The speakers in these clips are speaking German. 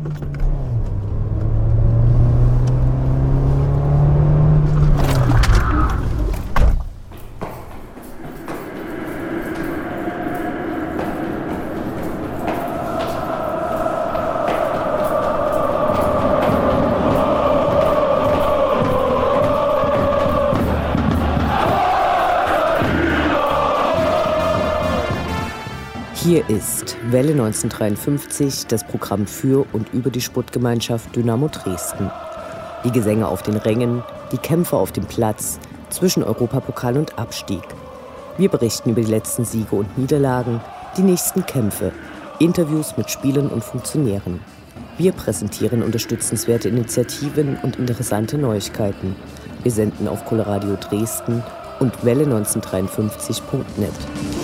Hier ist Welle 1953, das Programm für und über die Sportgemeinschaft Dynamo Dresden. Die Gesänge auf den Rängen, die Kämpfe auf dem Platz, zwischen Europapokal und Abstieg. Wir berichten über die letzten Siege und Niederlagen, die nächsten Kämpfe, Interviews mit Spielern und Funktionären. Wir präsentieren unterstützenswerte Initiativen und interessante Neuigkeiten. Wir senden auf Coloradio Dresden und Welle1953.net.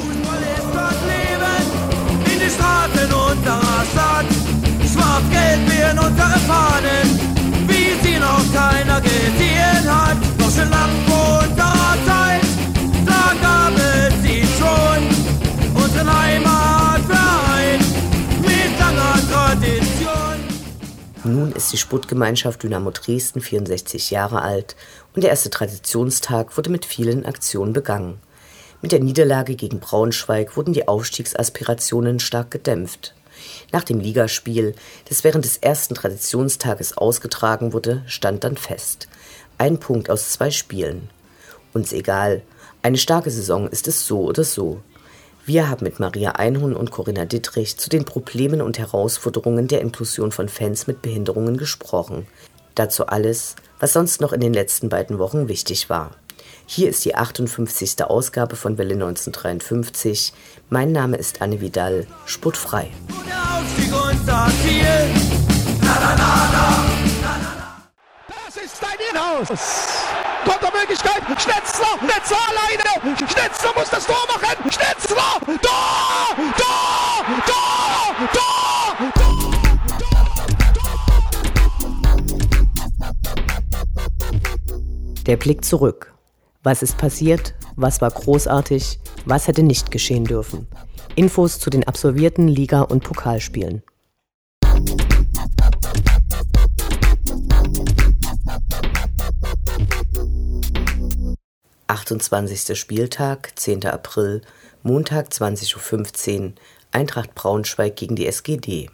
Unserer Stadt, Schwarz-Gelb werden unsere Fahnen, wie sie noch keiner gesehen hat. Doch schon lang vor unserer Zeit, da gab es sie schon, unseren Heimatverein mit langer Tradition. Nun ist die Sportgemeinschaft Dynamo Dresden 64 Jahre alt und der erste Traditionstag wurde mit vielen Aktionen begangen. Mit der Niederlage gegen Braunschweig wurden die Aufstiegsaspirationen stark gedämpft. Nach dem Ligaspiel, das während des ersten Traditionstages ausgetragen wurde, stand dann fest: 1 Punkt aus 2 Spielen. Uns egal, eine starke Saison ist es so oder so. Wir haben mit Maria Einhorn und Corinna Dittrich zu den Problemen und Herausforderungen der Inklusion von Fans mit Behinderungen gesprochen. Dazu alles, was sonst noch in den letzten beiden Wochen wichtig war. Hier ist die 58. Ausgabe von Welle 1953. Mein Name ist Anne Vidal, sportfrei. Der Aufstieg unser Ziel. Das ist dein Inhouse. Kontermöglichkeit. Schnetzler alleine. Schnetzler muss das Tor machen. Schnetzler. Tor. Der Blick zurück. Was ist passiert? Was war großartig? Was hätte nicht geschehen dürfen? Infos zu den absolvierten Liga- und Pokalspielen. »28. Spieltag, 10. April, Montag 20.15 Uhr, Eintracht Braunschweig gegen die SGD.«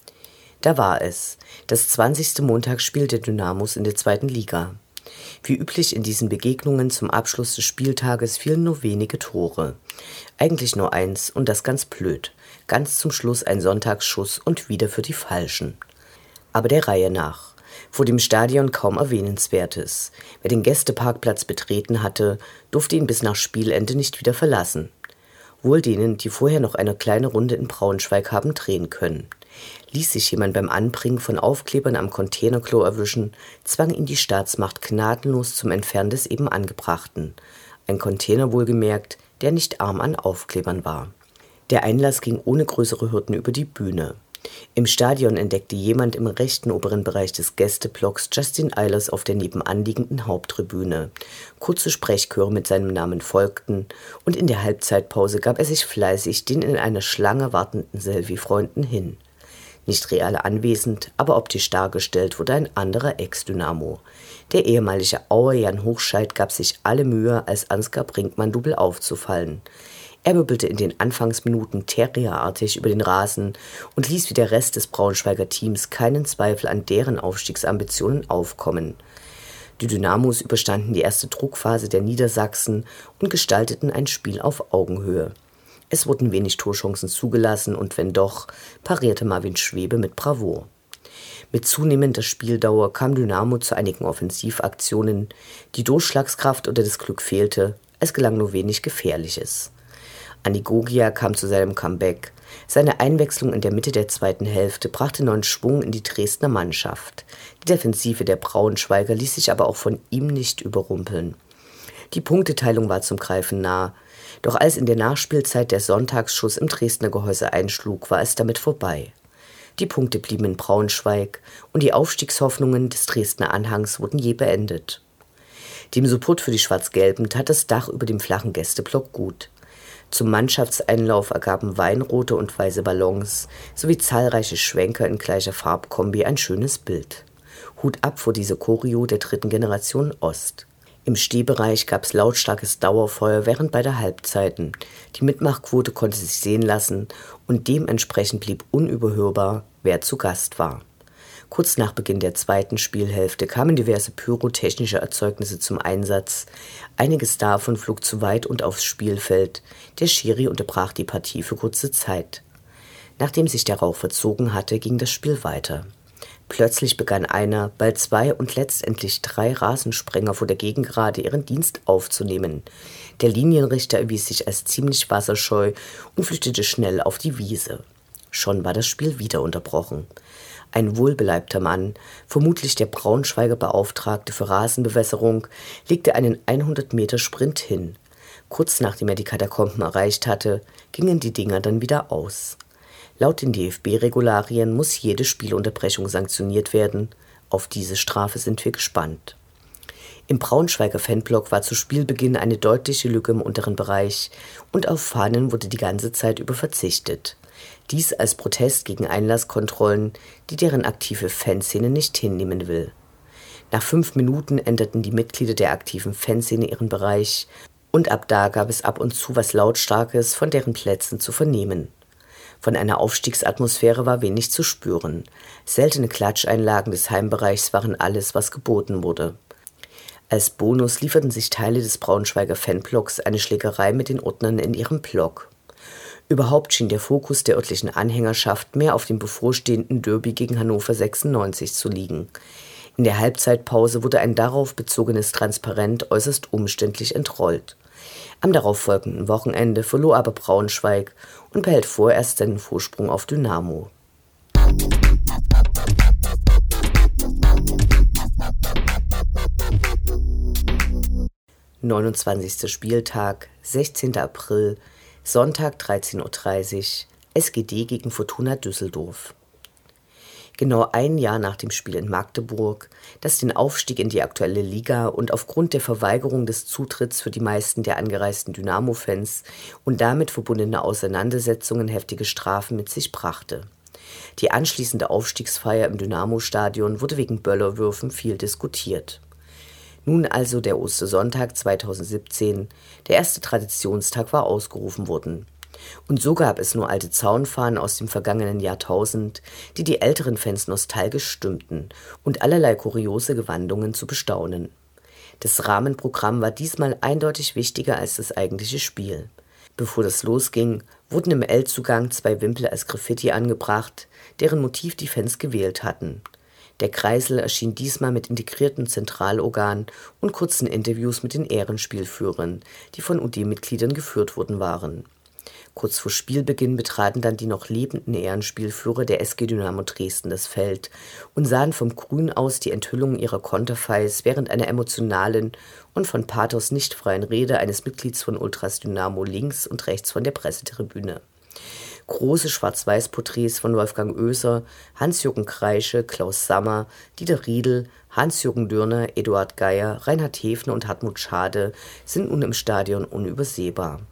Da war es, das 20. Montagsspiel der Dynamos in der 2. Liga. Wie üblich in diesen Begegnungen zum Abschluss des Spieltages fielen nur wenige Tore. Eigentlich nur 1 und das ganz blöd. Ganz zum Schluss ein Sonntagsschuss und wieder für die Falschen. Aber der Reihe nach. Vor dem Stadion kaum Erwähnenswertes. Wer den Gästeparkplatz betreten hatte, durfte ihn bis nach Spielende nicht wieder verlassen. Wohl denen, die vorher noch eine kleine Runde in Braunschweig haben drehen können. Ließ sich jemand beim Anbringen von Aufklebern am Containerklo erwischen, zwang ihn die Staatsmacht gnadenlos zum Entfernen des eben Angebrachten. Ein Container wohlgemerkt, der nicht arm an Aufklebern war. Der Einlass ging ohne größere Hürden über die Bühne. Im Stadion entdeckte jemand im rechten oberen Bereich des Gästeblocks Justin Eilers auf der nebenanliegenden Haupttribüne. Kurze Sprechchöre mit seinem Namen folgten und in der Halbzeitpause gab er sich fleißig den in einer Schlange wartenden Selfie-Freunden hin. Nicht real anwesend, aber optisch dargestellt wurde ein anderer Ex-Dynamo. Der ehemalige Auer Jan Hochscheid gab sich alle Mühe, als Ansgar Brinkmann-Double aufzufallen. Er wirbelte in den Anfangsminuten terrierartig über den Rasen und ließ wie der Rest des Braunschweiger Teams keinen Zweifel an deren Aufstiegsambitionen aufkommen. Die Dynamos überstanden die erste Druckphase der Niedersachsen und gestalteten ein Spiel auf Augenhöhe. Es wurden wenig Torchancen zugelassen und wenn doch, parierte Marvin Schwebe mit Bravour. Mit zunehmender Spieldauer kam Dynamo zu einigen Offensivaktionen. Die Durchschlagskraft oder das Glück fehlte, es gelang nur wenig Gefährliches. Anigogia kam zu seinem Comeback. Seine Einwechslung in der Mitte der zweiten Hälfte brachte neuen Schwung in die Dresdner Mannschaft. Die Defensive der Braunschweiger ließ sich aber auch von ihm nicht überrumpeln. Die Punkteteilung war zum Greifen nah. Doch als in der Nachspielzeit der Sonntagsschuss im Dresdner Gehäuse einschlug, war es damit vorbei. Die Punkte blieben in Braunschweig und die Aufstiegshoffnungen des Dresdner Anhangs wurden je beendet. Dem Support für die Schwarz-Gelben tat das Dach über dem flachen Gästeblock gut. Zum Mannschaftseinlauf ergaben weinrote und weiße Ballons sowie zahlreiche Schwenker in gleicher Farbkombi ein schönes Bild. Hut ab vor diese Choreo der 3. Generation Ost. Im Stehbereich gab es lautstarkes Dauerfeuer während beider Halbzeiten. Die Mitmachquote konnte sich sehen lassen und dementsprechend blieb unüberhörbar, wer zu Gast war. Kurz nach Beginn der 2. Spielhälfte kamen diverse pyrotechnische Erzeugnisse zum Einsatz. Einiges davon flog zu weit und aufs Spielfeld. Der Schiri unterbrach die Partie für kurze Zeit. Nachdem sich der Rauch verzogen hatte, ging das Spiel weiter. Plötzlich begann einer, bald 2 und letztendlich 3 Rasensprenger vor der Gegengerade ihren Dienst aufzunehmen. Der Linienrichter erwies sich als ziemlich wasserscheu und flüchtete schnell auf die Wiese. Schon war das Spiel wieder unterbrochen. Ein wohlbeleibter Mann, vermutlich der Braunschweiger Beauftragte für Rasenbewässerung, legte einen 100-Meter-Sprint hin. Kurz nachdem er die Katakomben erreicht hatte, gingen die Dinger dann wieder aus. Laut den DFB-Regularien muss jede Spielunterbrechung sanktioniert werden. Auf diese Strafe sind wir gespannt. Im Braunschweiger Fanblock war zu Spielbeginn eine deutliche Lücke im unteren Bereich und auf Fahnen wurde die ganze Zeit über verzichtet. Dies als Protest gegen Einlasskontrollen, die deren aktive Fanszene nicht hinnehmen will. Nach 5 Minuten änderten die Mitglieder der aktiven Fanszene ihren Bereich und ab da gab es ab und zu was Lautstarkes von deren Plätzen zu vernehmen. Von einer Aufstiegsatmosphäre war wenig zu spüren. Seltene Klatscheinlagen des Heimbereichs waren alles, was geboten wurde. Als Bonus lieferten sich Teile des Braunschweiger Fanblocks eine Schlägerei mit den Ordnern in ihrem Block. Überhaupt schien der Fokus der örtlichen Anhängerschaft mehr auf dem bevorstehenden Derby gegen Hannover 96 zu liegen. In der Halbzeitpause wurde ein darauf bezogenes Transparent äußerst umständlich entrollt. Am darauffolgenden Wochenende verlor aber Braunschweig und behält vorerst seinen Vorsprung auf Dynamo. »29. Spieltag, 16. April, Sonntag 13:30 Uhr, SGD gegen Fortuna Düsseldorf.« Genau ein Jahr nach dem Spiel in Magdeburg, das den Aufstieg in die aktuelle Liga und aufgrund der Verweigerung des Zutritts für die meisten der angereisten Dynamo-Fans und damit verbundene Auseinandersetzungen heftige Strafen mit sich brachte. Die anschließende Aufstiegsfeier im Dynamo-Stadion wurde wegen Böllerwürfen viel diskutiert. Nun also der Ostersonntag 2017, der erste Traditionstag war ausgerufen worden. Und so gab es nur alte Zaunfahnen aus dem vergangenen Jahrtausend, die die älteren Fans nostalgisch stimmten und allerlei kuriose Gewandungen zu bestaunen. Das Rahmenprogramm war diesmal eindeutig wichtiger als das eigentliche Spiel. Bevor das losging, wurden im L-Zugang 2 Wimpel als Graffiti angebracht, deren Motiv die Fans gewählt hatten. Der Kreisel erschien diesmal mit integriertem Zentralorgan und kurzen Interviews mit den Ehrenspielführern, die von UD-Mitgliedern geführt worden waren. Kurz vor Spielbeginn betraten dann die noch lebenden Ehrenspielführer der SG Dynamo Dresden das Feld und sahen vom Grün aus die Enthüllung ihrer Konterfeis während einer emotionalen und von Pathos nicht freien Rede eines Mitglieds von Ultras Dynamo links und rechts von der Pressetribüne. Große Schwarz-Weiß-Porträts von Wolfgang Oeser, Hans-Jürgen Kreische, Klaus Sammer, Dieter Riedl, Hans-Jürgen Dürner, Eduard Geier, Reinhard Hefner und Hartmut Schade sind nun im Stadion unübersehbar.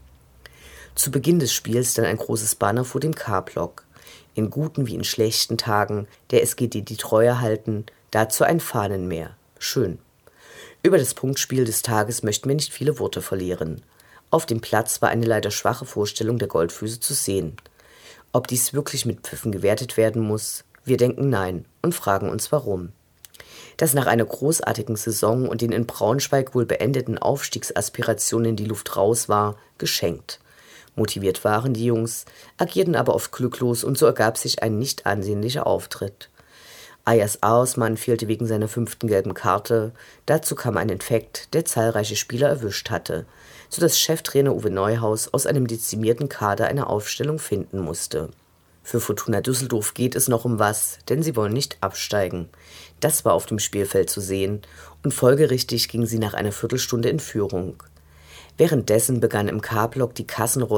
Zu Beginn des Spiels dann ein großes Banner vor dem K-Block. In guten wie in schlechten Tagen der SGD die Treue halten, dazu ein Fahnenmeer. Schön. Über das Punktspiel des Tages möchten wir nicht viele Worte verlieren. Auf dem Platz war eine leider schwache Vorstellung der Goldfüße zu sehen. Ob dies wirklich mit Pfiffen gewertet werden muss? Wir denken nein und fragen uns warum. Dass nach einer großartigen Saison und den in Braunschweig wohl beendeten Aufstiegsaspirationen die Luft raus war, geschenkt. Motiviert waren die Jungs, agierten aber oft glücklos und so ergab sich ein nicht ansehnlicher Auftritt. Ayas Aosman fehlte wegen seiner 5. gelben Karte, dazu kam ein Infekt, der zahlreiche Spieler erwischt hatte, sodass Cheftrainer Uwe Neuhaus aus einem dezimierten Kader eine Aufstellung finden musste. Für Fortuna Düsseldorf geht es noch um was, denn sie wollen nicht absteigen. Das war auf dem Spielfeld zu sehen und folgerichtig gingen sie nach einer Viertelstunde in Führung. Währenddessen begannen im K-Block die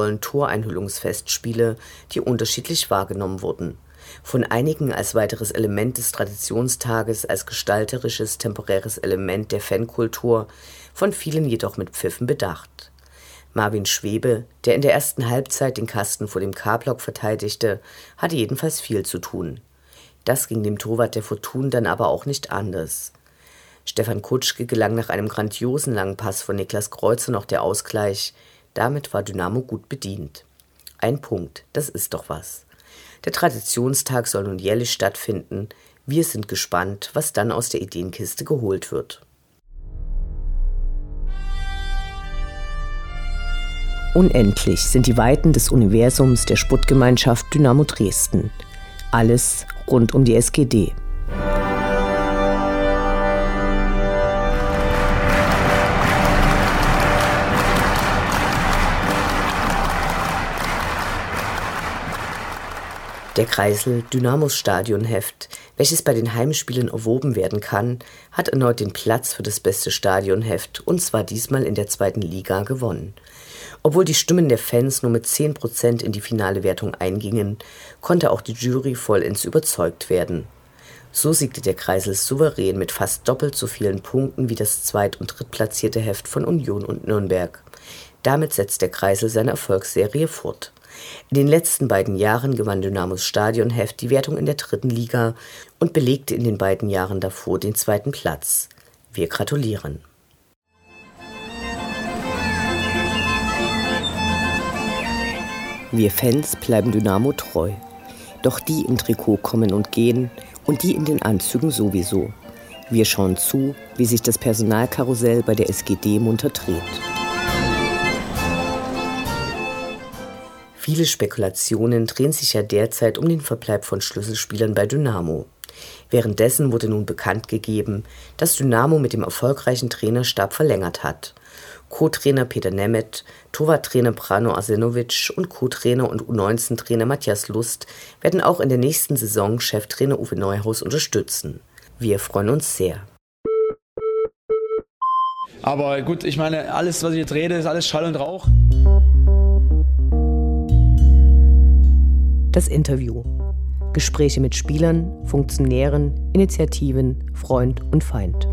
Kassenrollen-Toreinhüllungsfestspiele, die unterschiedlich wahrgenommen wurden. Von einigen als weiteres Element des Traditionstages, als gestalterisches, temporäres Element der Fankultur, von vielen jedoch mit Pfiffen bedacht. Marvin Schwebe, der in der ersten Halbzeit den Kasten vor dem K-Block verteidigte, hatte jedenfalls viel zu tun. Das ging dem Torwart der Fortuna dann aber auch nicht anders. Stefan Kutschke gelang nach einem grandiosen langen Pass von Niklas Kreuzer noch der Ausgleich. Damit war Dynamo gut bedient. Ein Punkt, das ist doch was. Der Traditionstag soll nun jährlich stattfinden. Wir sind gespannt, was dann aus der Ideenkiste geholt wird. Unendlich sind die Weiten des Universums der Sportgemeinschaft Dynamo Dresden. Alles rund um die SGD. Der Kreisel Dynamos Stadionheft, welches bei den Heimspielen erworben werden kann, hat erneut den Platz für das beste Stadionheft, und zwar diesmal in der 2. Liga, gewonnen. Obwohl die Stimmen der Fans nur mit 10% in die finale Wertung eingingen, konnte auch die Jury vollends überzeugt werden. So siegte der Kreisel souverän mit fast doppelt so vielen Punkten wie das zweit- und drittplatzierte Heft von Union und Nürnberg. Damit setzt der Kreisel seine Erfolgsserie fort. In den letzten beiden Jahren gewann Dynamos Stadionheft die Wertung in der 3. Liga und belegte in den beiden Jahren davor den 2. Platz. Wir gratulieren. Wir Fans bleiben Dynamo treu. Doch die im Trikot kommen und gehen und die in den Anzügen sowieso. Wir schauen zu, wie sich das Personalkarussell bei der SGD munter dreht. Viele Spekulationen drehen sich ja derzeit um den Verbleib von Schlüsselspielern bei Dynamo. Währenddessen wurde nun bekannt gegeben, dass Dynamo mit dem erfolgreichen Trainerstab verlängert hat. Co-Trainer Peter Nemeth, Torwarttrainer Brano Arsenovic und Co-Trainer und U19-Trainer Matthias Lust werden auch in der nächsten Saison Cheftrainer Uwe Neuhaus unterstützen. Wir freuen uns sehr. Aber gut, ich meine, alles, was ich jetzt rede, ist alles Schall und Rauch. Das Interview. Gespräche mit Spielern, Funktionären, Initiativen, Freund und Feind.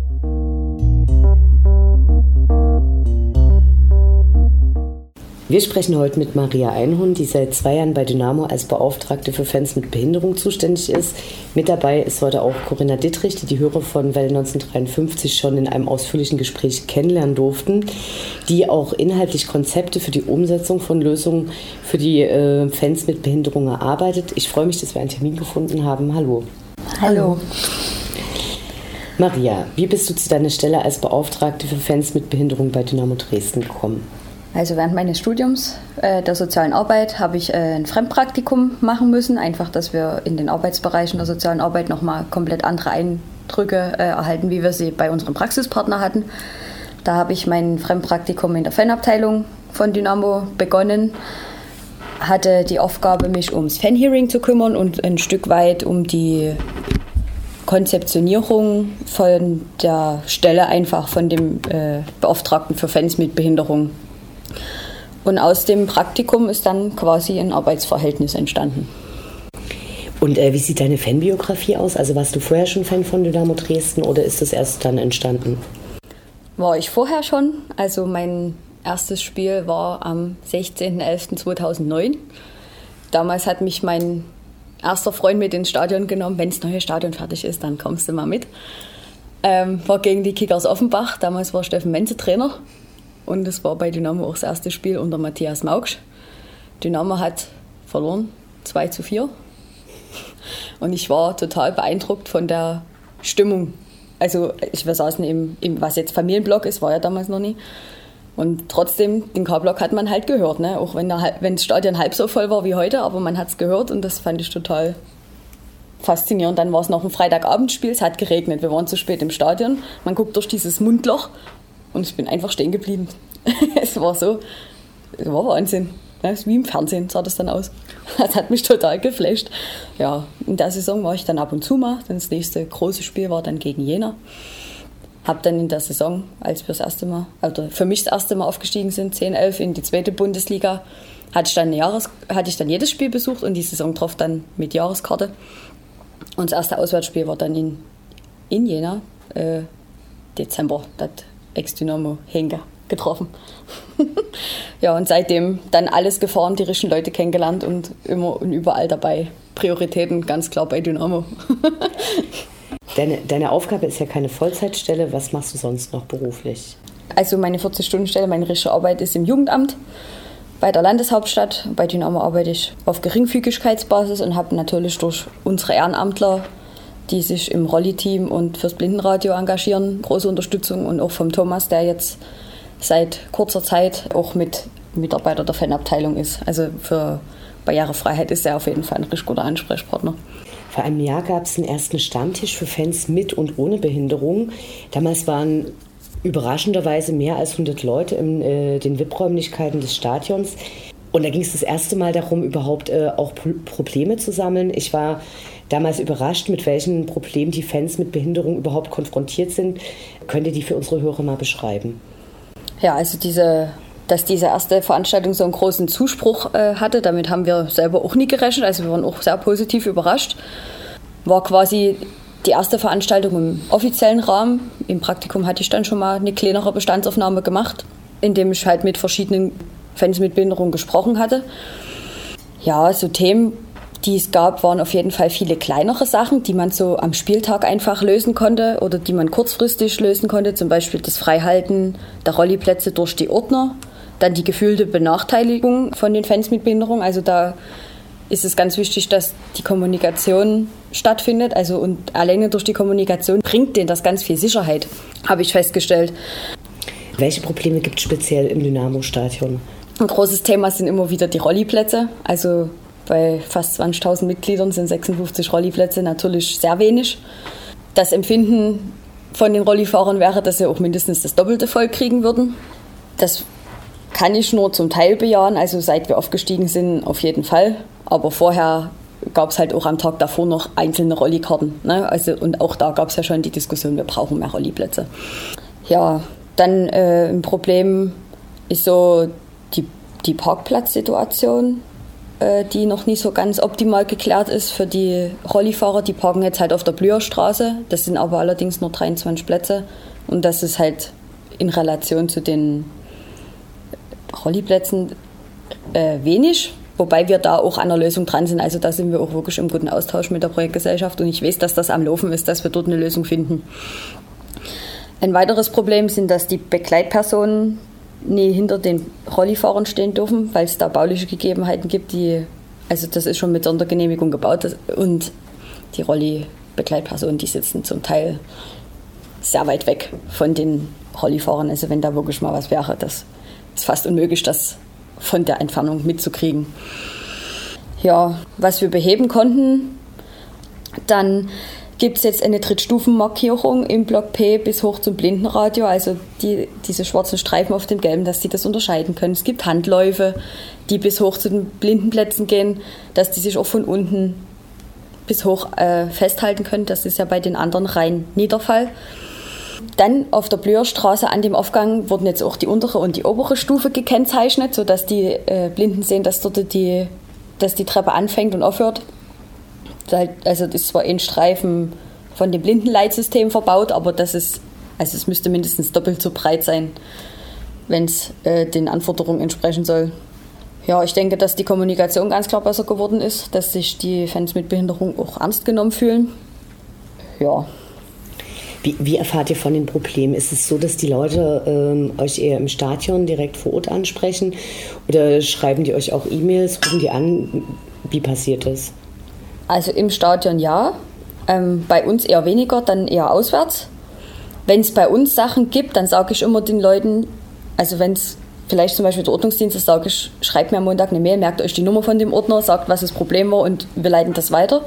Wir sprechen heute mit Maria Einhorn, die seit 2 Jahren bei Dynamo als Beauftragte für Fans mit Behinderung zuständig ist. Mit dabei ist heute auch Corinna Dittrich, die Hörer von Welle 1953 schon in einem ausführlichen Gespräch kennenlernen durften, die auch inhaltlich Konzepte für die Umsetzung von Lösungen für die Fans mit Behinderung erarbeitet. Ich freue mich, dass wir einen Termin gefunden haben. Hallo. Hallo. Maria, wie bist du zu deiner Stelle als Beauftragte für Fans mit Behinderung bei Dynamo Dresden gekommen? Also während meines Studiums der sozialen Arbeit habe ich ein Fremdpraktikum machen müssen, einfach, dass wir in den Arbeitsbereichen der sozialen Arbeit nochmal komplett andere Eindrücke erhalten, wie wir sie bei unserem Praxispartner hatten. Da habe ich mein Fremdpraktikum in der Fanabteilung von Dynamo begonnen, hatte die Aufgabe, mich ums Fanhearing zu kümmern und ein Stück weit um die Konzeptionierung von der Stelle einfach von dem Beauftragten für Fans mit Behinderung. Und aus dem Praktikum ist dann quasi ein Arbeitsverhältnis entstanden. Und wie sieht deine Fanbiografie aus? Also warst du vorher schon Fan von Dynamo Dresden oder ist das erst dann entstanden? War ich vorher schon. Also mein erstes Spiel war am 16.11.2009. Damals hat mich mein erster Freund mit ins Stadion genommen. Wenn das neue Stadion fertig ist, dann kommst du mal mit. War gegen die Kickers Offenbach. Damals war Steffen Menze Trainer. Und es war bei Dynamo auch das erste Spiel unter Matthias Maugsch. Dynamo hat verloren, 2:4. Und ich war total beeindruckt von der Stimmung. Also wir saßen im was jetzt Familienblock ist, war ja damals noch nie. Und trotzdem, den K-Block hat man halt gehört, ne? Auch wenn das Stadion halb so voll war wie heute, aber man hat es gehört und das fand ich total faszinierend. Dann war es noch ein Freitagabendspiel, es hat geregnet, wir waren zu spät im Stadion. Man guckt durch dieses Mundloch. Und ich bin einfach stehen geblieben. Es war Wahnsinn. Ja, wie im Fernsehen sah das dann aus. Das hat mich total geflasht. Ja, in der Saison war ich dann ab und zu mal. Das nächste große Spiel war dann gegen Jena. Habe dann in der Saison, als wir für mich das erste Mal aufgestiegen sind, 10/11 in die 2. Bundesliga, hatte ich dann jedes Spiel besucht und die Saison drauf dann mit Jahreskarte. Und das erste Auswärtsspiel war dann in Jena, Dezember, das Ex-Dynamo Henke. getroffen. Ja, und seitdem dann alles gefahren, die richtigen Leute kennengelernt und immer und überall dabei. Prioritäten ganz klar bei Dynamo. Deine Aufgabe ist ja keine Vollzeitstelle. Was machst du sonst noch beruflich? Also meine 40-Stunden-Stelle, meine richtige Arbeit ist im Jugendamt bei der Landeshauptstadt. Bei Dynamo arbeite ich auf Geringfügigkeitsbasis und habe natürlich durch unsere Ehrenamtler, die sich im Rolli-Team und fürs Blindenradio engagieren, große Unterstützung. Und auch vom Thomas, der jetzt seit kurzer Zeit auch mit Mitarbeiter der Fanabteilung ist. Also für Barrierefreiheit ist er auf jeden Fall ein richtig guter Ansprechpartner. Vor einem Jahr gab es einen ersten Stammtisch für Fans mit und ohne Behinderung. Damals waren überraschenderweise mehr als 100 Leute in den VIP-Räumlichkeiten des Stadions. Und da ging es das erste Mal darum, überhaupt auch Probleme zu sammeln. Ich war damals überrascht, mit welchen Problemen die Fans mit Behinderung überhaupt konfrontiert sind. Könnt ihr die für unsere Hörer mal beschreiben? Ja, also dass diese erste Veranstaltung so einen großen Zuspruch hatte, damit haben wir selber auch nie gerechnet. Also wir waren auch sehr positiv überrascht. War quasi die erste Veranstaltung im offiziellen Rahmen. Im Praktikum hatte ich dann schon mal eine kleinere Bestandsaufnahme gemacht, indem ich halt mit verschiedenen Fans mit Behinderung gesprochen hatte. Ja, so Themen, die es gab, waren auf jeden Fall viele kleinere Sachen, die man so am Spieltag einfach lösen konnte oder die man kurzfristig lösen konnte. Zum Beispiel das Freihalten der Rolliplätze durch die Ordner. Dann die gefühlte Benachteiligung von den Fans mit Behinderung. Also da ist es ganz wichtig, dass die Kommunikation stattfindet. Also und alleine durch die Kommunikation bringt denen das ganz viel Sicherheit, habe ich festgestellt. Welche Probleme gibt es speziell im Dynamo-Stadion? Ein großes Thema sind immer wieder die Rolliplätze. Also bei fast 20.000 Mitgliedern sind 56 Rolliplätze natürlich sehr wenig. Das Empfinden von den Rollifahrern wäre, dass sie auch mindestens das Doppelte voll kriegen würden. Das kann ich nur zum Teil bejahen, also seit wir aufgestiegen sind auf jeden Fall. Aber vorher gab es halt auch am Tag davor noch einzelne Rollikarten. Ne? Also, und auch da gab es ja schon die Diskussion, wir brauchen mehr Rolliplätze. Ja, dann ein Problem ist so die Parkplatzsituation, die noch nicht so ganz optimal geklärt ist für die Rollifahrer. Die parken jetzt halt auf der Blüherstraße, das sind aber allerdings nur 23 Plätze. Und das ist halt in Relation zu den Rolliplätzen wenig, wobei wir da auch an der Lösung dran sind. Also da sind wir auch wirklich im guten Austausch mit der Projektgesellschaft und ich weiß, dass das am Laufen ist, dass wir dort eine Lösung finden. Ein weiteres Problem sind, dass die Begleitpersonen nie hinter den Rollifahrern stehen dürfen, weil es da bauliche Gegebenheiten gibt, also das ist schon mit Sondergenehmigung gebaut und die Rolli-Begleitpersonen, die sitzen zum Teil sehr weit weg von den Rollifahrern. Also wenn da wirklich mal was wäre, das ist fast unmöglich, das von der Entfernung mitzukriegen. Ja, was wir beheben konnten, dann gibt es jetzt eine Drittstufenmarkierung im Block P bis hoch zum Blindenradio, also diese schwarzen Streifen auf dem Gelben, dass die das unterscheiden können. Es gibt Handläufe, die bis hoch zu den Blindenplätzen gehen, dass die sich auch von unten bis hoch festhalten können. Das ist ja bei den anderen Reihen nie der Fall. Dann auf der Blüherstraße an dem Aufgang wurden jetzt auch die untere und die obere Stufe gekennzeichnet, sodass die Blinden sehen, dass dort die Treppe anfängt und aufhört. Also das ist zwar ein Streifen von dem Blindenleitsystem verbaut, aber es müsste mindestens doppelt so breit sein, wenn es den Anforderungen entsprechen soll. Ja, ich denke, dass die Kommunikation ganz klar besser geworden ist, dass sich die Fans mit Behinderung auch ernst genommen fühlen. Ja. Wie erfahrt ihr von den Problemen? Ist es so, dass die Leute euch eher im Stadion direkt vor Ort ansprechen oder schreiben die euch auch E-Mails, rufen die an? Wie passiert das? Also im Stadion ja, bei uns eher weniger, dann eher auswärts. Wenn es bei uns Sachen gibt, dann sage ich immer den Leuten, also wenn es vielleicht zum Beispiel der Ordnungsdienst ist, sage ich, schreibt mir am Montag eine Mail, merkt euch die Nummer von dem Ordner, sagt, was das Problem war und wir leiten das weiter.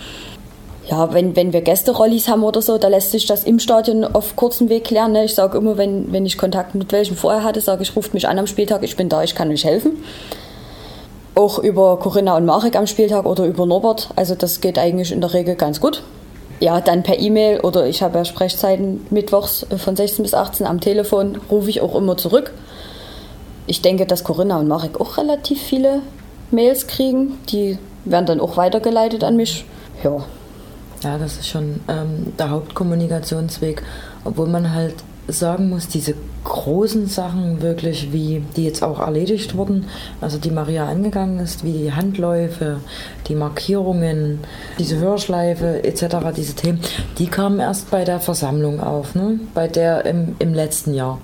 Ja, wenn wir Gästerollis haben oder so, da lässt sich das im Stadion auf kurzem Weg klären. Ne? Ich sage immer, wenn ich Kontakt mit welchem vorher hatte, sage ich, ruft mich an am Spieltag, ich bin da, ich kann euch helfen. Auch über Corinna und Marek am Spieltag oder über Norbert, also das geht eigentlich in der Regel ganz gut. Ja, dann per E-Mail oder ich habe ja Sprechzeiten mittwochs von 16 bis 18 am Telefon, rufe ich auch immer zurück. Ich denke, dass Corinna und Marek auch relativ viele Mails kriegen, die werden dann auch weitergeleitet an mich. Ja, das ist schon der Hauptkommunikationsweg, obwohl man halt sagen muss, diese großen Sachen wirklich, wie die jetzt auch erledigt wurden, also die Maria angegangen ist, wie die Handläufe, die Markierungen, diese Hörschleife etc., diese Themen, die kamen erst bei der Versammlung auf, ne? Bei der im letzten Jahr.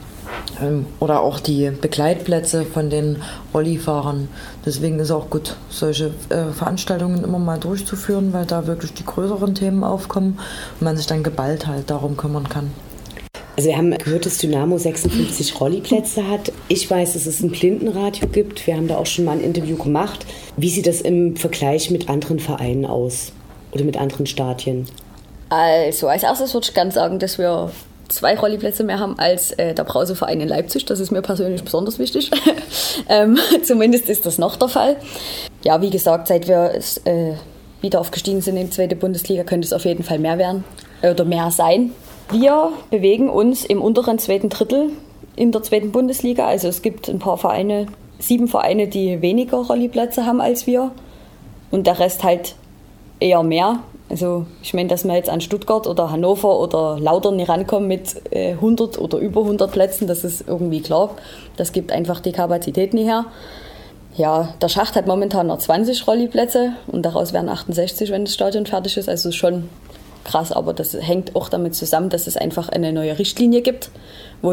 Oder auch die Begleitplätze von den Rollifahrern. Deswegen ist auch gut, solche Veranstaltungen immer mal durchzuführen, weil da wirklich die größeren Themen aufkommen und man sich dann geballt halt darum kümmern kann. Also wir haben gehört, dass Dynamo 56 Rolliplätze hat. Ich weiß, dass es ein Blindenradio gibt. Wir haben da auch schon mal ein Interview gemacht. Wie sieht das im Vergleich mit anderen Vereinen aus oder mit anderen Stadien? Also als erstes würde ich gerne sagen, dass wir 2 Rolliplätze mehr haben als der Brauseverein in Leipzig. Das ist mir persönlich besonders wichtig. Zumindest ist das noch der Fall. Ja, wie gesagt, seit wir wieder aufgestiegen sind in die 2. Bundesliga, könnte es auf jeden Fall mehr werden oder mehr sein. Wir bewegen uns im unteren 2. Drittel in der 2. Bundesliga. Also es gibt ein paar Vereine, 7 Vereine, die weniger Rolliplätze haben als wir. Und der Rest halt eher mehr. Also ich meine, dass wir jetzt an Stuttgart oder Hannover oder Lautern nicht rankommen mit 100 oder über 100 Plätzen, das ist irgendwie klar. Das gibt einfach die Kapazität nicht her. Ja, der Schacht hat momentan noch 20 Rolliplätze und daraus werden 68, wenn das Stadion fertig ist. Also schon krass, aber das hängt auch damit zusammen, dass es einfach eine neue Richtlinie gibt, wo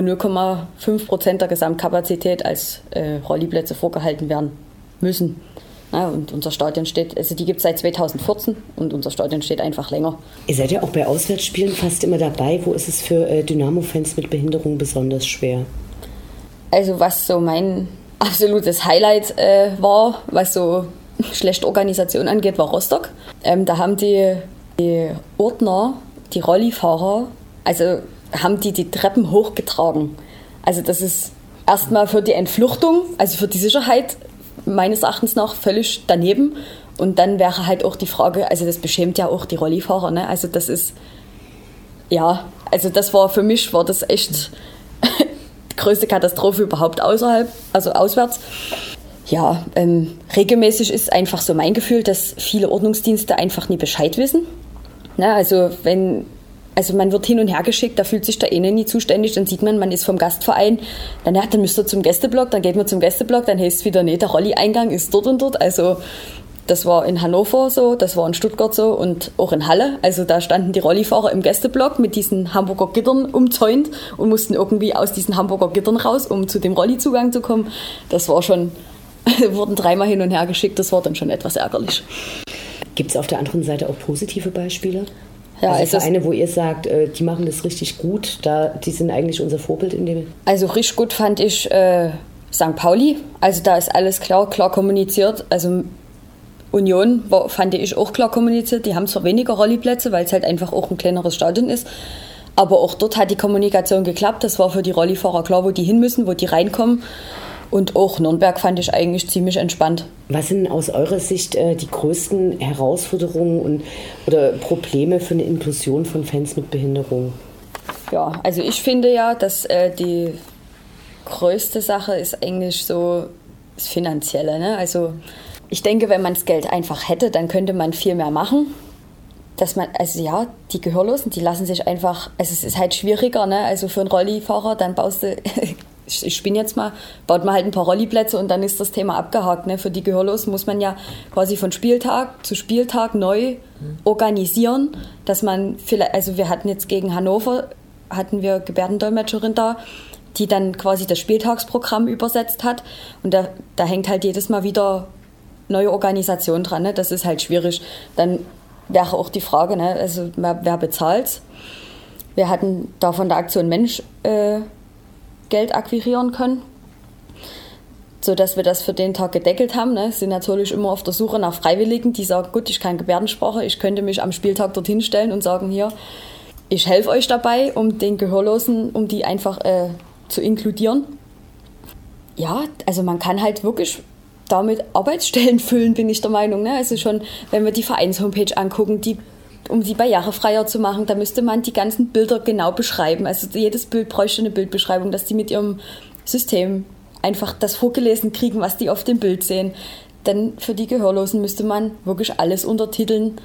0,5% der Gesamtkapazität als Rolliplätze vorgehalten werden müssen. Ja, und unser Stadion steht, also die gibt es seit 2014 und unser Stadion steht einfach länger. Ihr seid ja auch bei Auswärtsspielen fast immer dabei. Wo ist es für Dynamo-Fans mit Behinderung besonders schwer? Also was so mein absolutes Highlight war, was so schlechte Organisation angeht, war Rostock. Da haben die Ordner, die Rollifahrer, also haben die Treppen hochgetragen. Also das ist erstmal für die Entfluchtung, also für die Sicherheit meines Erachtens nach völlig daneben. Und dann wäre halt auch die Frage, also das beschämt ja auch die Rollifahrer, ne? Also das ist, ja, also das war für mich, war das echt die größte Katastrophe überhaupt auswärts. Ja, regelmäßig ist einfach so mein Gefühl, dass viele Ordnungsdienste einfach nie Bescheid wissen. Ne? Also man wird hin und her geschickt, da fühlt sich der eine nie zuständig, dann sieht man ist vom Gastverein, dann müsst ihr zum Gästeblock, dann geht man zum Gästeblock, dann heißt es wieder, nee, der Rolli-Eingang ist dort und dort. Also das war in Hannover so, das war in Stuttgart so und auch in Halle. Also da standen die Rollifahrer im Gästeblock mit diesen Hamburger Gittern umzäunt und mussten irgendwie aus diesen Hamburger Gittern raus, um zu dem Rolli-Zugang zu kommen. Das war schon, wurden 3-mal hin und her geschickt, das war dann schon etwas ärgerlich. Gibt es auf der anderen Seite auch positive Beispiele? Ja, also Vereine, wo ihr sagt, die machen das richtig gut, die sind eigentlich unser Vorbild in dem. Also richtig gut fand ich St. Pauli. Also da ist alles klar kommuniziert. Also Union fand ich auch klar kommuniziert. Die haben zwar weniger Rolliplätze, weil es halt einfach auch ein kleineres Stadion ist. Aber auch dort hat die Kommunikation geklappt. Das war für die Rollifahrer klar, wo die hin müssen, wo die reinkommen. Und auch Nürnberg fand ich eigentlich ziemlich entspannt. Was sind aus eurer Sicht die größten Herausforderungen oder Probleme für eine Inklusion von Fans mit Behinderung? Ja, also ich finde ja, dass die größte Sache ist eigentlich so das Finanzielle. Ne? Also ich denke, wenn man das Geld einfach hätte, dann könnte man viel mehr machen. Dass man, also ja, die Gehörlosen, die lassen sich einfach, also es ist halt schwieriger, ne? Also für einen Rollifahrer, dann baust du... Ich spinne jetzt mal, baut man halt ein paar Rolliplätze und dann ist das Thema abgehakt. Ne? Für die Gehörlosen muss man ja quasi von Spieltag zu Spieltag neu organisieren, dass man vielleicht, also wir hatten jetzt gegen Hannover, hatten wir Gebärdendolmetscherin da, die dann quasi das Spieltagsprogramm übersetzt hat und da hängt halt jedes Mal wieder neue Organisation dran. Ne? Das ist halt schwierig. Dann wäre auch die Frage, ne? Also wer bezahlt's? Wir hatten da von der Aktion Mensch Geld akquirieren können, sodass wir das für den Tag gedeckelt haben. Ne? Sind natürlich immer auf der Suche nach Freiwilligen, die sagen, gut, ich kann Gebärdensprache, ich könnte mich am Spieltag dorthin stellen und sagen, hier, ich helfe euch dabei, um den Gehörlosen, um die einfach zu inkludieren. Ja, also man kann halt wirklich damit Arbeitsstellen füllen, bin ich der Meinung. Ne? Also schon, wenn wir die Vereins-Homepage angucken, um sie barrierefreier zu machen, da müsste man die ganzen Bilder genau beschreiben. Also jedes Bild bräuchte eine Bildbeschreibung, dass die mit ihrem System einfach das vorgelesen kriegen, was die auf dem Bild sehen. Denn für die Gehörlosen müsste man wirklich alles untertiteln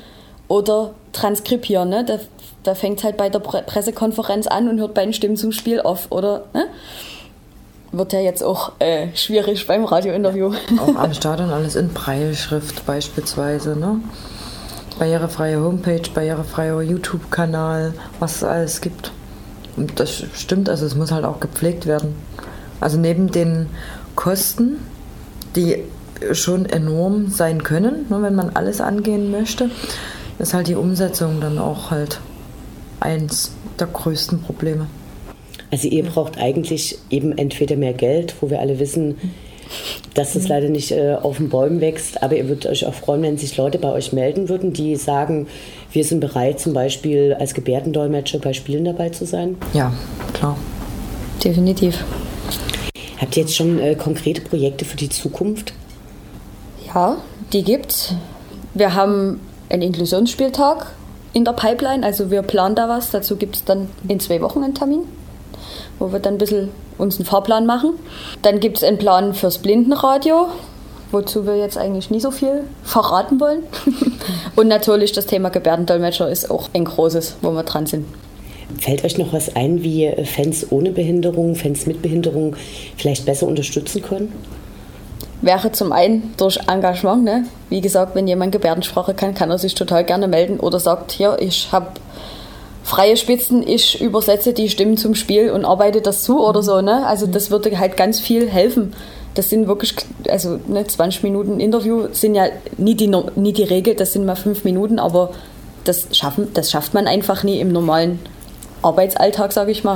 oder transkribieren. Ne? Da fängt es halt bei der Pressekonferenz an und hört bei den Stimmen zum Spiel auf. Oder ne? Wird ja jetzt auch schwierig beim Radiointerview. Auch am Stadion alles in Brailleschrift beispielsweise. Ne? Barrierefreie Homepage, barrierefreier YouTube-Kanal, was es alles gibt. Und das stimmt, also es muss halt auch gepflegt werden. Also neben den Kosten, die schon enorm sein können, ne, wenn man alles angehen möchte, ist halt die Umsetzung dann auch halt eins der größten Probleme. Also ihr braucht eigentlich eben entweder mehr Geld, wo wir alle wissen, dass es leider nicht auf den Bäumen wächst, aber ihr würdet euch auch freuen, wenn sich Leute bei euch melden würden, die sagen, wir sind bereit, zum Beispiel als Gebärdendolmetscher bei Spielen dabei zu sein? Ja, klar. Definitiv. Habt ihr jetzt schon konkrete Projekte für die Zukunft? Ja, die gibt's. Wir haben einen Inklusionsspieltag in der Pipeline, also wir planen da was. Dazu gibt es dann in 2 Wochen einen Termin, wo wir dann ein bisschen uns einen Fahrplan machen. Dann gibt es einen Plan fürs Blindenradio, wozu wir jetzt eigentlich nie so viel verraten wollen. Und natürlich das Thema Gebärdendolmetscher ist auch ein großes, wo wir dran sind. Fällt euch noch was ein, wie Fans ohne Behinderung, Fans mit Behinderung vielleicht besser unterstützen können? Wäre zum einen durch Engagement. Ne? Wie gesagt, wenn jemand Gebärdensprache kann er sich total gerne melden oder sagt, hier, ich habe freie Spitzen, ich übersetze die Stimmen zum Spiel und arbeite das zu oder so. Ne? Also das würde halt ganz viel helfen. Das sind wirklich, also 20 Minuten Interview sind ja nie die Regel, das sind mal 5 Minuten, aber das schafft man einfach nie im normalen Arbeitsalltag, sage ich mal.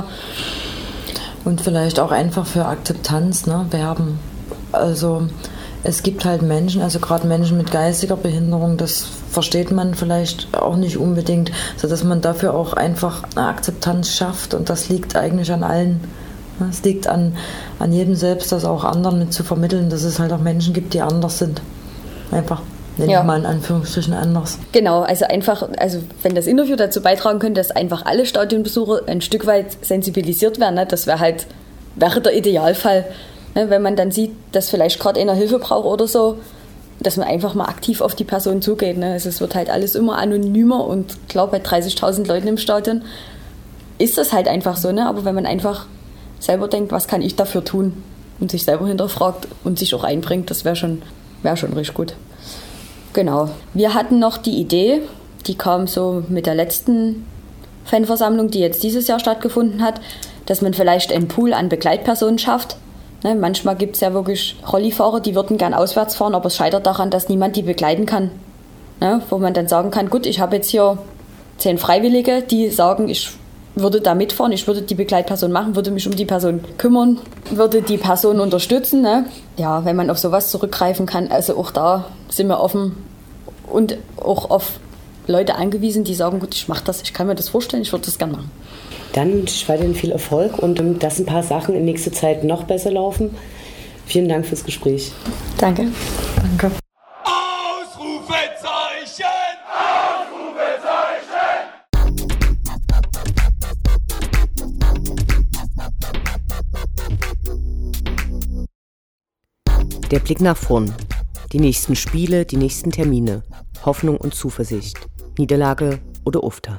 Und vielleicht auch einfach für Akzeptanz, ne, werben. Also es gibt halt Menschen, also gerade Menschen mit geistiger Behinderung, das versteht man vielleicht auch nicht unbedingt, sodass man dafür auch einfach eine Akzeptanz schafft und das liegt eigentlich an allen. Es liegt an jedem selbst, das auch anderen mit zu vermitteln, dass es halt auch Menschen gibt, die anders sind. Einfach. Nenne ich mal in Anführungsstrichen anders. Genau, also wenn das Interview dazu beitragen könnte, dass einfach alle Stadionbesucher ein Stück weit sensibilisiert werden, ne, das wäre der Idealfall. Ne, wenn man dann sieht, dass vielleicht gerade einer Hilfe braucht oder so, dass man einfach mal aktiv auf die Person zugeht. Ne. Also es wird halt alles immer anonymer und klar, bei 30.000 Leuten im Stadion ist das halt einfach so. Ne? Aber wenn man einfach selber denkt, was kann ich dafür tun und sich selber hinterfragt und sich auch einbringt, das wäre schon richtig gut. Genau. Wir hatten noch die Idee, die kam so mit der letzten Fanversammlung, die jetzt dieses Jahr stattgefunden hat, dass man vielleicht einen Pool an Begleitpersonen schafft. Ne, manchmal gibt es ja wirklich Rollifahrer, die würden gern auswärts fahren, aber es scheitert daran, dass niemand die begleiten kann. Ne, wo man dann sagen kann, gut, ich habe jetzt hier 10 Freiwillige, die sagen, ich würde da mitfahren, ich würde die Begleitperson machen, würde mich um die Person kümmern, würde die Person unterstützen. Ne? Ja, wenn man auf sowas zurückgreifen kann, also auch da sind wir offen und auch auf Leute angewiesen, die sagen, gut, ich mache das, ich kann mir das vorstellen, ich würde das gerne machen. Dann wünsche ich weiterhin viel Erfolg und dass ein paar Sachen in nächster Zeit noch besser laufen. Vielen Dank fürs Gespräch. Danke. Danke. Ausrufezeichen! Der Blick nach vorn. Die nächsten Spiele, die nächsten Termine. Hoffnung und Zuversicht. Niederlage oder Ufter.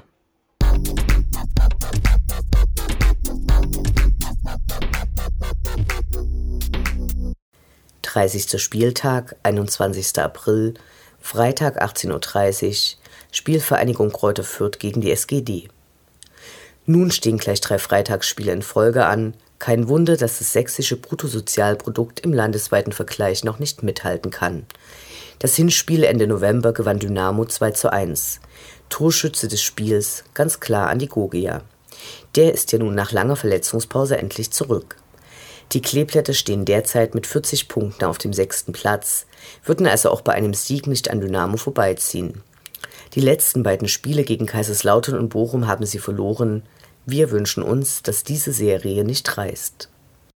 (30. Spieltag, 21. April, Freitag 18:30 Uhr, Spielvereinigung Greuther Fürth gegen die SGD. Nun stehen gleich 3 Freitagsspiele in Folge an. Kein Wunder, dass das sächsische Bruttosozialprodukt im landesweiten Vergleich noch nicht mithalten kann. Das Hinspiel Ende November gewann Dynamo 2:1. Torschütze des Spiels ganz klar Andi Gogia. Der ist ja nun nach langer Verletzungspause endlich zurück. Die Kleeblätter stehen derzeit mit 40 Punkten auf dem 6. Platz, würden also auch bei einem Sieg nicht an Dynamo vorbeiziehen. Die letzten beiden Spiele gegen Kaiserslautern und Bochum haben sie verloren. Wir wünschen uns, dass diese Serie nicht reißt.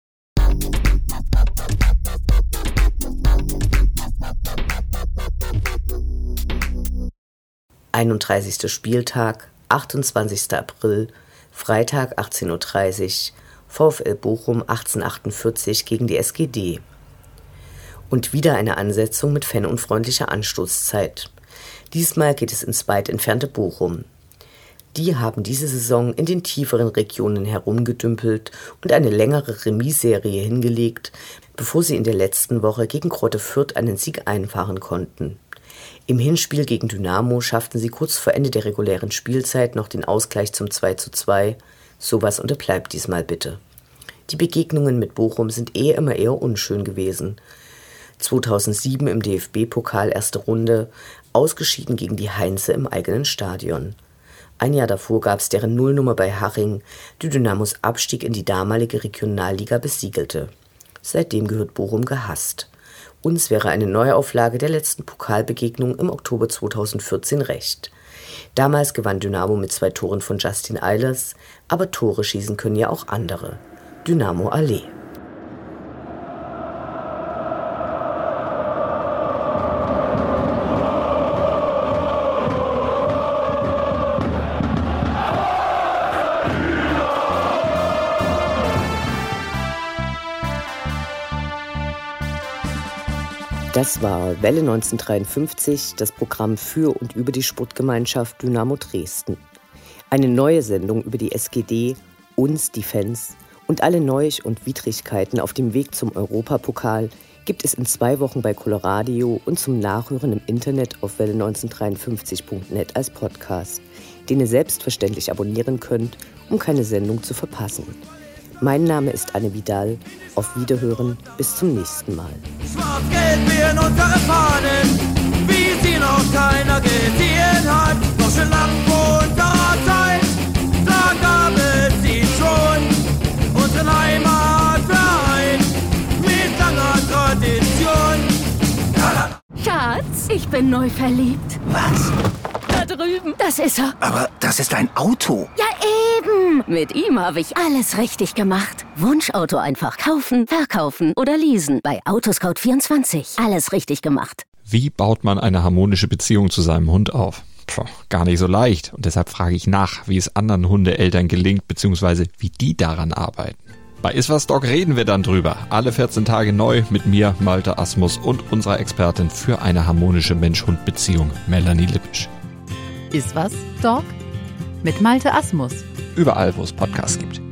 (31. Spieltag, 28. April, Freitag 18:30 Uhr, VfL Bochum 1848 gegen die SGD. Und wieder eine Ansetzung mit fanunfreundlicher Anstoßzeit. Diesmal geht es ins weit entfernte Bochum. Die haben diese Saison in den tieferen Regionen herumgedümpelt und eine längere Remis-Serie hingelegt, bevor sie in der letzten Woche gegen Greuther Fürth einen Sieg einfahren konnten. Im Hinspiel gegen Dynamo schafften sie kurz vor Ende der regulären Spielzeit noch den Ausgleich zum 2:2. Sowas unterbleibt diesmal bitte. Die Begegnungen mit Bochum sind immer eher unschön gewesen. 2007 im DFB-Pokal erste Runde, ausgeschieden gegen die Heinze im eigenen Stadion. Ein Jahr davor gab es deren Nullnummer bei Haching, die Dynamos Abstieg in die damalige Regionalliga besiegelte. Seitdem gehört Bochum gehasst. Uns wäre eine Neuauflage der letzten Pokalbegegnung im Oktober 2014 recht. Damals gewann Dynamo mit 2 Toren von Justin Eilers, aber Tore schießen können ja auch andere. Dynamo Allee. Das war Welle 1953, das Programm für und über die Sportgemeinschaft Dynamo Dresden. Eine neue Sendung über die SGD, uns, die Fans und alle Neuigkeiten und Widrigkeiten auf dem Weg zum Europapokal gibt es in 2 Wochen bei Coloradio und zum Nachhören im Internet auf welle1953.net als Podcast, den ihr selbstverständlich abonnieren könnt, um keine Sendung zu verpassen. Mein Name ist Anne Vidal. Auf Wiederhören. Bis zum nächsten Mal. Schwarz-Gelb werden unsere Fahnen, wie sie noch keiner gesehen hat. Noch schon lang vor unserer Zeit, da gab es sie schon. Unseren Heimatverein mit langer Tradition. Schatz, ich bin neu verliebt. Was? Da drüben. Das ist er. Aber das ist ein Auto. Ja, eben. Mit ihm habe ich alles richtig gemacht. Wunschauto einfach kaufen, verkaufen oder leasen. Bei Autoscout24. Alles richtig gemacht. Wie baut man eine harmonische Beziehung zu seinem Hund auf? Gar nicht so leicht. Und deshalb frage ich nach, wie es anderen Hundeeltern gelingt, beziehungsweise wie die daran arbeiten. Bei Iswas Dog reden wir dann drüber. Alle 14 Tage neu mit mir, Malte Asmus, und unserer Expertin für eine harmonische Mensch-Hund-Beziehung, Melanie Lippisch. Iswas Dog mit Malte Asmus. Überall, wo es Podcasts gibt.